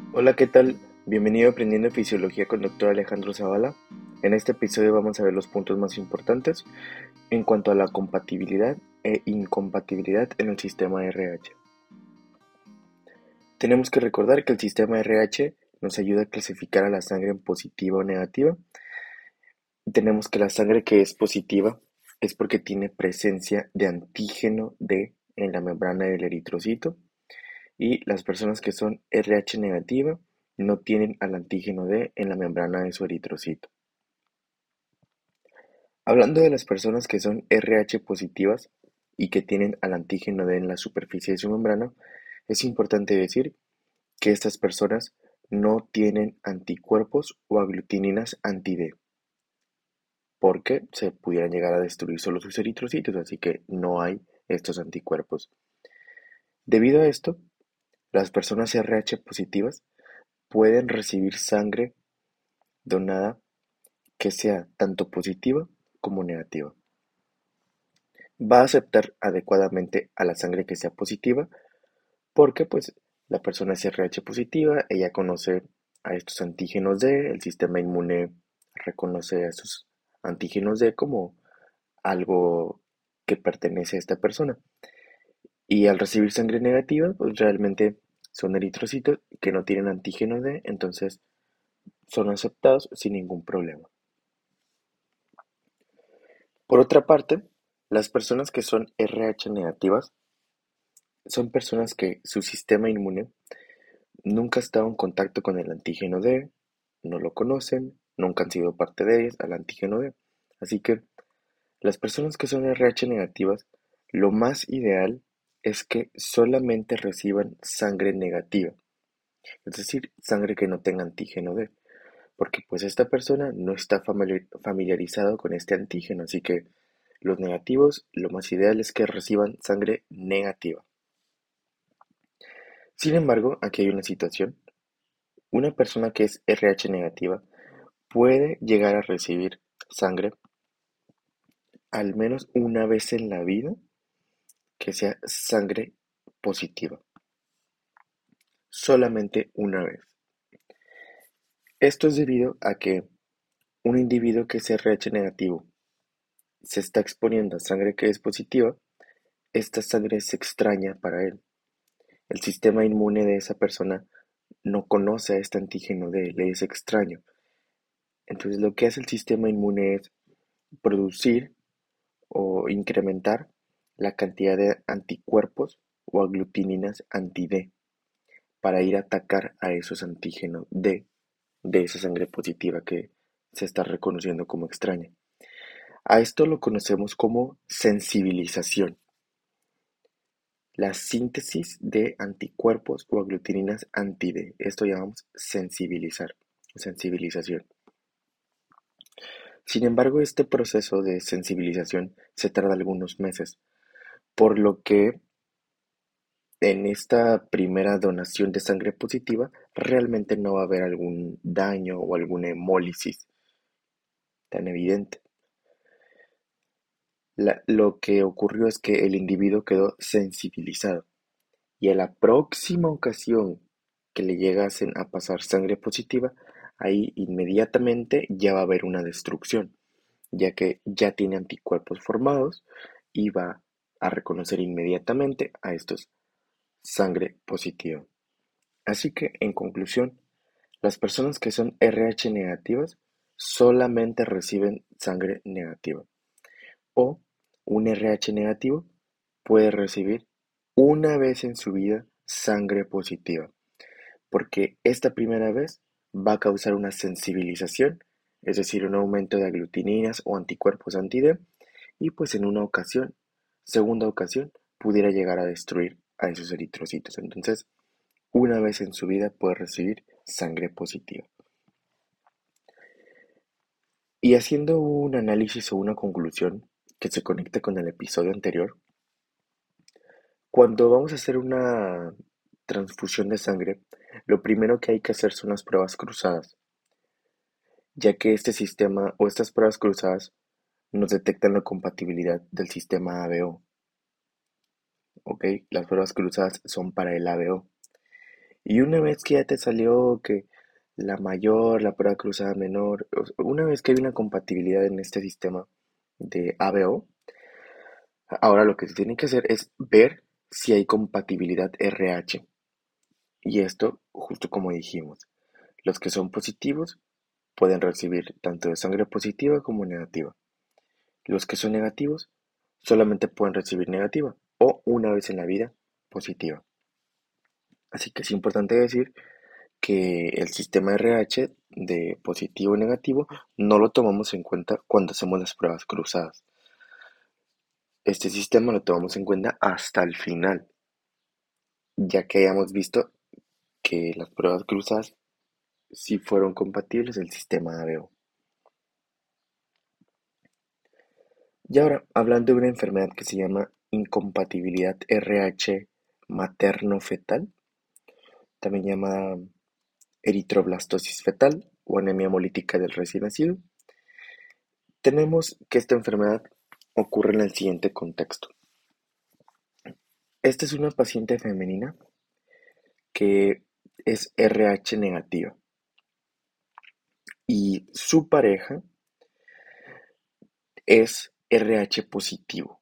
Hola, ¿qué tal? Bienvenido a Aprendiendo Fisiología con Dr. Alejandro Zavala. En este episodio vamos a ver los puntos más importantes en cuanto a la compatibilidad e incompatibilidad en el sistema RH. Tenemos que recordar que el sistema RH nos ayuda a clasificar a la sangre en positiva o negativa. Tenemos que la sangre que es positiva es porque tiene presencia de antígeno D en la membrana del eritrocito. Y las personas que son RH negativa no tienen al antígeno D en la membrana de su eritrocito. Hablando de las personas que son RH positivas y que tienen al antígeno D en la superficie de su membrana, es importante decir que estas personas no tienen anticuerpos o aglutininas anti-D, porque se pudieran llegar a destruir solo sus eritrocitos, así que no hay estos anticuerpos. Debido a esto, las personas RH positivas pueden recibir sangre donada que sea tanto positiva como negativa. Va a aceptar adecuadamente a la sangre que sea positiva porque pues la persona es RH positiva, ella conoce a estos antígenos D, el sistema inmune reconoce a estos antígenos D como algo que pertenece a esta persona. Y al recibir sangre negativa, pues realmente son eritrocitos que no tienen antígeno D, entonces son aceptados sin ningún problema. Por otra parte, las personas que son RH negativas son personas que su sistema inmune nunca ha estado en contacto con el antígeno D, no lo conocen, nunca han sido parte de ellos al antígeno D. Así que las personas que son RH negativas, lo más ideal es que solamente reciban sangre negativa, es decir, sangre que no tenga antígeno D, porque pues esta persona no está familiarizado con este antígeno, así que los negativos, lo más ideal es que reciban sangre negativa. Sin embargo, aquí hay una situación. Una persona que es RH negativa puede llegar a recibir sangre al menos una vez en la vida que sea sangre positiva. Solamente una vez. Esto es debido a que un individuo que es RH negativo se está exponiendo a sangre que es positiva, esta sangre es extraña para él. El sistema inmune de esa persona no conoce a este antígeno de él, le es extraño. Entonces lo que hace el sistema inmune es producir o incrementar la cantidad de anticuerpos o aglutininas anti-D para ir a atacar a esos antígenos D de esa sangre positiva que se está reconociendo como extraña. A esto lo conocemos como sensibilización, la síntesis de anticuerpos o aglutininas anti-D. Esto llamamos sensibilizar, sensibilización. Sin embargo, este proceso de sensibilización se tarda algunos meses, por lo que en esta primera donación de sangre positiva realmente no va a haber algún daño o alguna hemólisis tan evidente. Lo que ocurrió es que el individuo quedó sensibilizado y a la próxima ocasión que le llegasen a pasar sangre positiva, ahí inmediatamente ya va a haber una destrucción, ya que ya tiene anticuerpos formados y va a reconocer inmediatamente a estos sangre positiva. Así que, en conclusión, las personas que son RH negativas solamente reciben sangre negativa. O un RH negativo puede recibir una vez en su vida sangre positiva, porque esta primera vez va a causar una sensibilización, es decir, un aumento de aglutininas o anticuerpos anti-D, y pues en una ocasión, segunda ocasión, pudiera llegar a destruir a esos eritrocitos. Entonces, una vez en su vida puede recibir sangre positiva. Y haciendo un análisis o una conclusión que se conecte con el episodio anterior, cuando vamos a hacer una transfusión de sangre, lo primero que hay que hacer son las pruebas cruzadas, ya que este sistema o estas pruebas cruzadas nos detectan la compatibilidad del sistema ABO. ¿Ok? Las pruebas cruzadas son para el ABO. Y una vez que ya te salió que la mayor, la prueba cruzada menor, una vez que hay una compatibilidad en este sistema de ABO, ahora lo que se tiene que hacer es ver si hay compatibilidad RH. Y esto, justo como dijimos, los que son positivos pueden recibir tanto de sangre positiva como negativa. Los que son negativos solamente pueden recibir negativa o una vez en la vida positiva. Así que es importante decir que el sistema RH de positivo y negativo no lo tomamos en cuenta cuando hacemos las pruebas cruzadas. Este sistema lo tomamos en cuenta hasta el final, ya que hayamos visto que las pruebas cruzadas sí fueron compatibles el sistema ABO. Y ahora, hablando de una enfermedad que se llama incompatibilidad RH materno-fetal, también llamada eritroblastosis fetal o anemia hemolítica del recién nacido, tenemos que esta enfermedad ocurre en el siguiente contexto. Esta es una paciente femenina que es RH negativa y su pareja es RH positivo.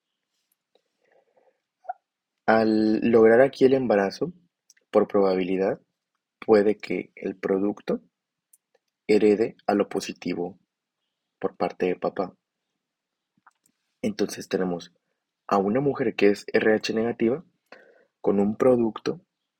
Al lograr aquí el embarazo, por probabilidad, puede que el producto herede a lo positivo por parte de papá. Entonces tenemos a una mujer que es RH negativa con un producto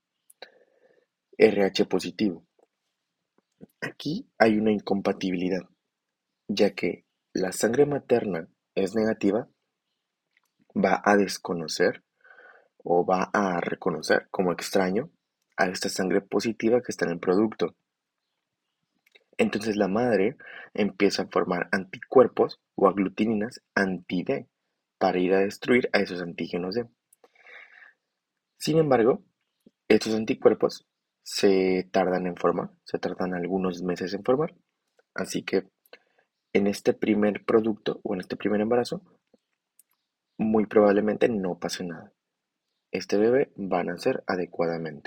RH positivo. Aquí hay una incompatibilidad, ya que la sangre materna es negativa, va a desconocer o va a reconocer como extraño a esta sangre positiva que está en el producto. Entonces la madre empieza a formar anticuerpos o aglutininas anti-D para ir a destruir a esos antígenos D. Sin embargo, estos anticuerpos se tardan en formar, se tardan algunos meses en formar, así que en este primer producto o en este primer embarazo, muy probablemente no pase nada. Este bebé va a nacer adecuadamente.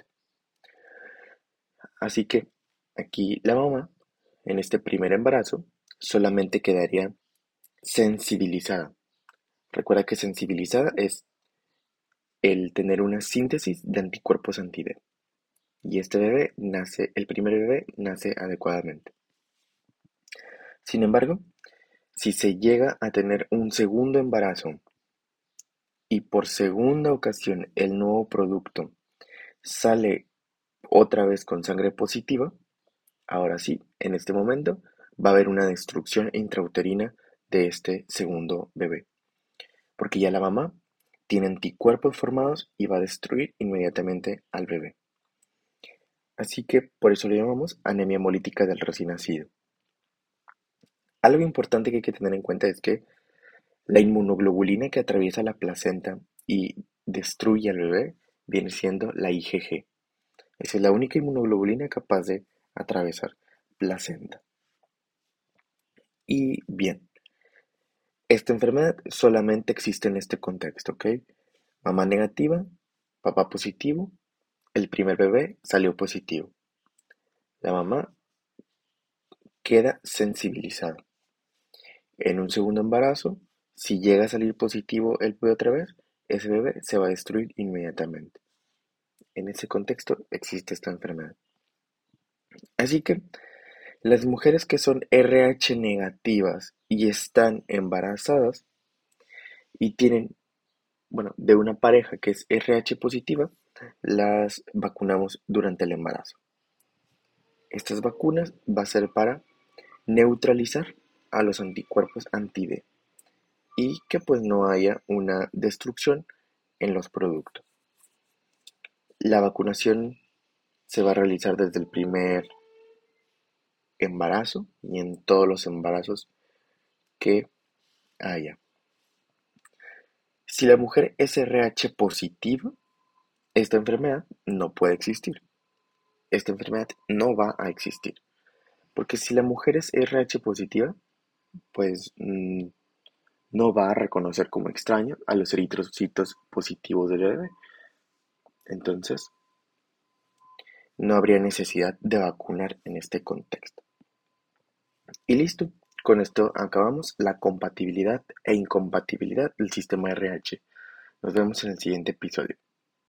Así que aquí la mamá, en este primer embarazo, solamente quedaría sensibilizada. Recuerda que sensibilizada es el tener una síntesis de anticuerpos anti-D. Y este bebé nace, el primer bebé nace adecuadamente. Sin embargo, si se llega a tener un segundo embarazo y por segunda ocasión el nuevo producto sale otra vez con sangre positiva, ahora sí, en este momento va a haber una destrucción intrauterina de este segundo bebé, porque ya la mamá tiene anticuerpos formados y va a destruir inmediatamente al bebé. Así que por eso le llamamos anemia hemolítica del recién nacido. Algo importante que hay que tener en cuenta es que la inmunoglobulina que atraviesa la placenta y destruye al bebé viene siendo la IgG. Esa es la única inmunoglobulina capaz de atravesar placenta. Y bien, esta enfermedad solamente existe en este contexto, ¿ok? Mamá negativa, papá positivo, el primer bebé salió positivo. La mamá queda sensibilizada. En un segundo embarazo, si llega a salir positivo el bebé otra vez, ese bebé se va a destruir inmediatamente. En ese contexto existe esta enfermedad. Así que las mujeres que son RH negativas y están embarazadas y tienen, bueno, de una pareja que es RH positiva, las vacunamos durante el embarazo. Estas vacunas va a ser para neutralizar a los anticuerpos anti-D y que pues no haya una destrucción en los productos. La vacunación se va a realizar desde el primer embarazo y en todos los embarazos que haya. Si la mujer es RH positiva, esta enfermedad no puede existir. Esta enfermedad no va a existir. Porque si la mujer es RH positiva, pues no va a reconocer como extraño a los eritrocitos positivos del bebé. Entonces, no habría necesidad de vacunar en este contexto. Y listo, con esto acabamos la compatibilidad e incompatibilidad del sistema RH. Nos vemos en el siguiente episodio.